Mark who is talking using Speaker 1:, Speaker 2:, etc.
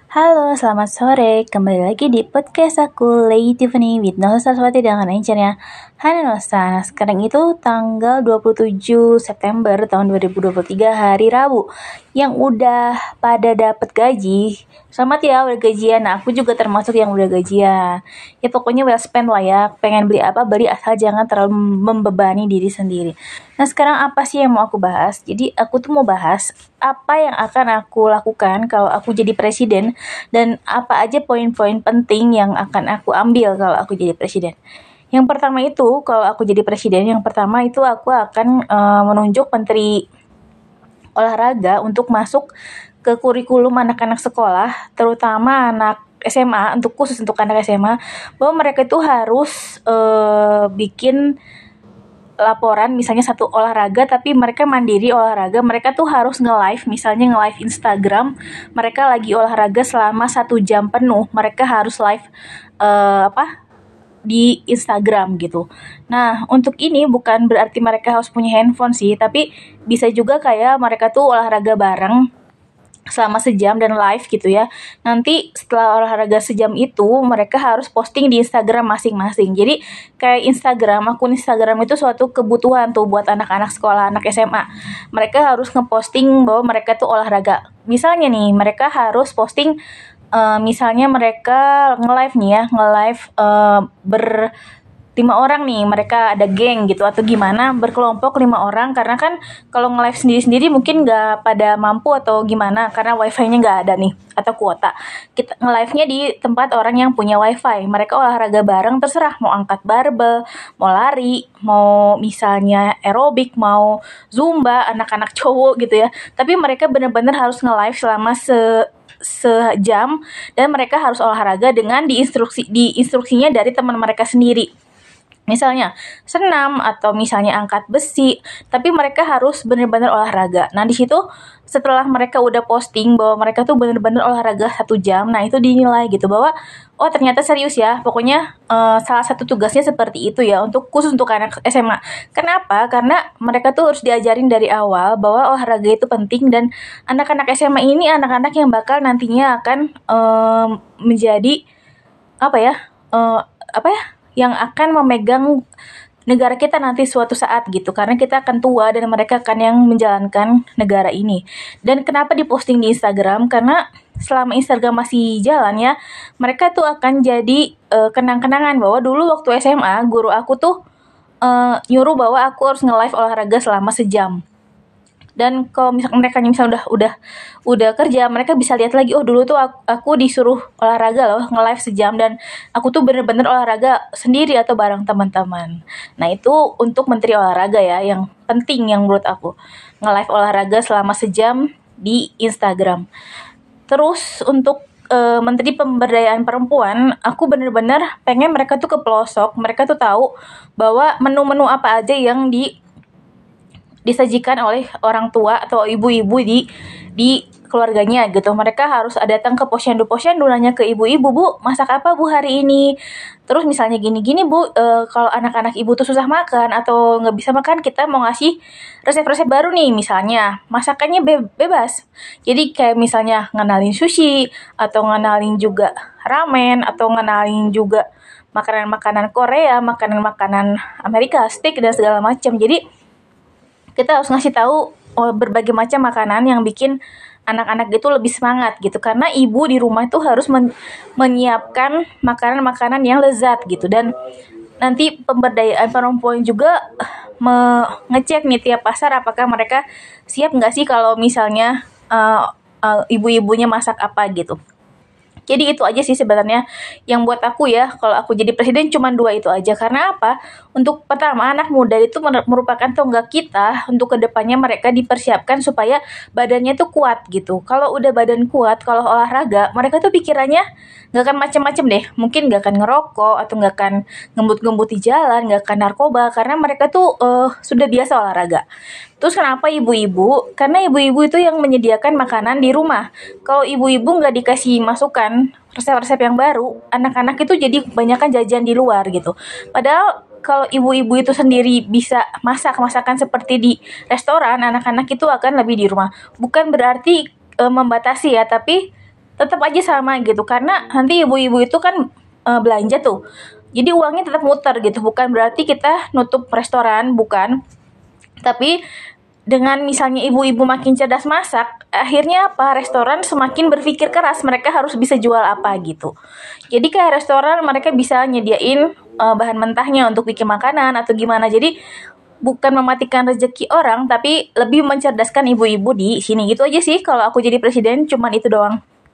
Speaker 1: Halo, selamat sore. Kembali lagi di podcast aku, Lady Tiffany with Nosa Saraswati dengan anchornya Hana Nosa. Nah, sekarang itu tanggal 27 September tahun 2023 hari Rabu. Yang udah pada dapat gaji, selamat ya udah gajian. Nah, aku juga termasuk yang udah gajian. Ya pokoknya well spent lah ya. Pengen beli apa, beli asal jangan terlalu membebani diri sendiri. Nah, sekarang apa sih yang mau aku bahas? Jadi, aku tuh mau bahas apa yang akan aku lakukan kalau aku jadi presiden dan apa aja poin-poin penting yang akan aku ambil kalau aku jadi presiden. Yang pertama itu, kalau aku jadi presiden, yang pertama itu aku akan menunjuk menteri olahraga untuk masuk ke kurikulum anak-anak sekolah, terutama anak SMA, khusus untuk anak SMA, bahwa mereka itu harus bikin laporan misalnya satu olahraga tapi mereka mandiri olahraga, mereka tuh harus nge-live, misalnya nge-live Instagram mereka lagi olahraga selama 1 jam penuh, mereka harus live di Instagram gitu. Nah, untuk ini bukan berarti mereka harus punya handphone sih, tapi bisa juga kayak mereka tuh olahraga bareng selama sejam dan live gitu ya. Nanti setelah olahraga sejam itu mereka harus posting di Instagram masing-masing. Jadi kayak akun Instagram itu suatu kebutuhan tuh buat anak-anak sekolah, anak SMA. Mereka harus ngeposting bahwa mereka tuh olahraga. Misalnya nih, mereka harus posting misalnya mereka nge-live nih ya, ber 5 orang nih, mereka ada geng gitu atau gimana, berkelompok 5 orang, karena kan kalau nge-live sendiri-sendiri mungkin nggak pada mampu atau gimana karena wifi-nya nggak ada nih atau kuota. Kita nge-live-nya di tempat orang yang punya wifi, mereka olahraga bareng, terserah mau angkat barbel, mau lari, mau misalnya aerobik, mau zumba, anak-anak cowok gitu ya, tapi mereka benar-benar harus nge-live selama sejam dan mereka harus olahraga dengan diinstruksinya dari teman mereka sendiri. Misalnya senam atau misalnya angkat besi, tapi mereka harus benar-benar olahraga. Nah, di situ setelah mereka udah posting bahwa mereka tuh benar-benar olahraga 1 jam, nah itu dinilai gitu bahwa oh ternyata serius ya. Pokoknya salah satu tugasnya seperti itu ya, khusus untuk anak SMA. Kenapa? Karena mereka tuh harus diajarin dari awal bahwa olahraga itu penting, dan anak-anak SMA ini anak-anak yang bakal nantinya akan menjadi apa ya? Yang akan memegang negara kita nanti suatu saat gitu, karena kita akan tua dan mereka akan yang menjalankan negara ini. Dan kenapa diposting di Instagram? Karena selama Instagram masih jalan ya, mereka tuh akan jadi kenang-kenangan bahwa dulu waktu SMA guru aku tuh nyuruh bahwa aku harus nge-live olahraga selama sejam. Dan kalau misalkan mereka udah kerja, mereka bisa lihat lagi, oh dulu tuh aku disuruh olahraga loh, nge-live sejam, dan aku tuh bener-bener olahraga sendiri atau bareng teman-teman. Nah, itu untuk menteri olahraga ya, yang penting yang menurut aku, nge-live olahraga selama sejam di Instagram. Terus untuk Menteri Pemberdayaan Perempuan, aku bener-bener pengen mereka tuh ke pelosok, mereka tuh tahu bahwa menu-menu apa aja yang disajikan oleh orang tua atau ibu-ibu di keluarganya gitu. Mereka harus datang ke posyandu nanya ke ibu-ibu, Bu, masak apa Bu hari ini? Terus misalnya gini-gini Bu, kalau anak-anak ibu tuh susah makan atau nggak bisa makan, kita mau ngasih resep-resep baru nih, misalnya masakannya bebas. Jadi kayak misalnya ngenalin sushi, atau ngenalin juga ramen, atau ngenalin juga makanan-makanan Korea, makanan-makanan Amerika, steak dan segala macam. Jadi kita harus ngasih tahu berbagai macam makanan yang bikin anak-anak itu lebih semangat gitu, karena ibu di rumah itu harus menyiapkan makanan-makanan yang lezat gitu. Dan nanti pemberdayaan perempuan juga ngecek nih tiap pasar apakah mereka siap nggak sih kalau misalnya ibu-ibunya masak apa gitu. Jadi itu aja sih sebenarnya yang buat aku ya, kalau aku jadi presiden cuma 2 itu aja. Karena apa? Untuk pertama, anak muda itu merupakan tonggak kita untuk kedepannya, mereka dipersiapkan supaya badannya tuh kuat gitu. Kalau udah badan kuat, kalau olahraga, mereka tuh pikirannya gak akan macem-macem deh. Mungkin gak akan ngerokok atau gak akan ngembut-ngembut di jalan, gak akan narkoba, karena mereka tuh sudah biasa olahraga. Terus kenapa ibu-ibu? Karena ibu-ibu itu yang menyediakan makanan di rumah. Kalau ibu-ibu nggak dikasih masukan resep-resep yang baru, anak-anak itu jadi kebanyakan jajan di luar gitu. Padahal kalau ibu-ibu itu sendiri bisa masakan seperti di restoran, anak-anak itu akan lebih di rumah. Bukan berarti membatasi ya, tapi tetap aja sama gitu, karena nanti ibu-ibu itu kan belanja tuh, jadi uangnya tetap muter gitu. Bukan berarti kita nutup restoran, bukan, tapi dengan misalnya ibu-ibu makin cerdas masak, akhirnya apa? Restoran semakin berpikir keras, mereka harus bisa jual apa gitu. Jadi kayak restoran mereka bisa nyediain bahan mentahnya untuk bikin makanan atau gimana. Jadi bukan mematikan rezeki orang, tapi lebih mencerdaskan ibu-ibu di sini. Gitu aja sih kalau aku jadi presiden, cuman itu doang.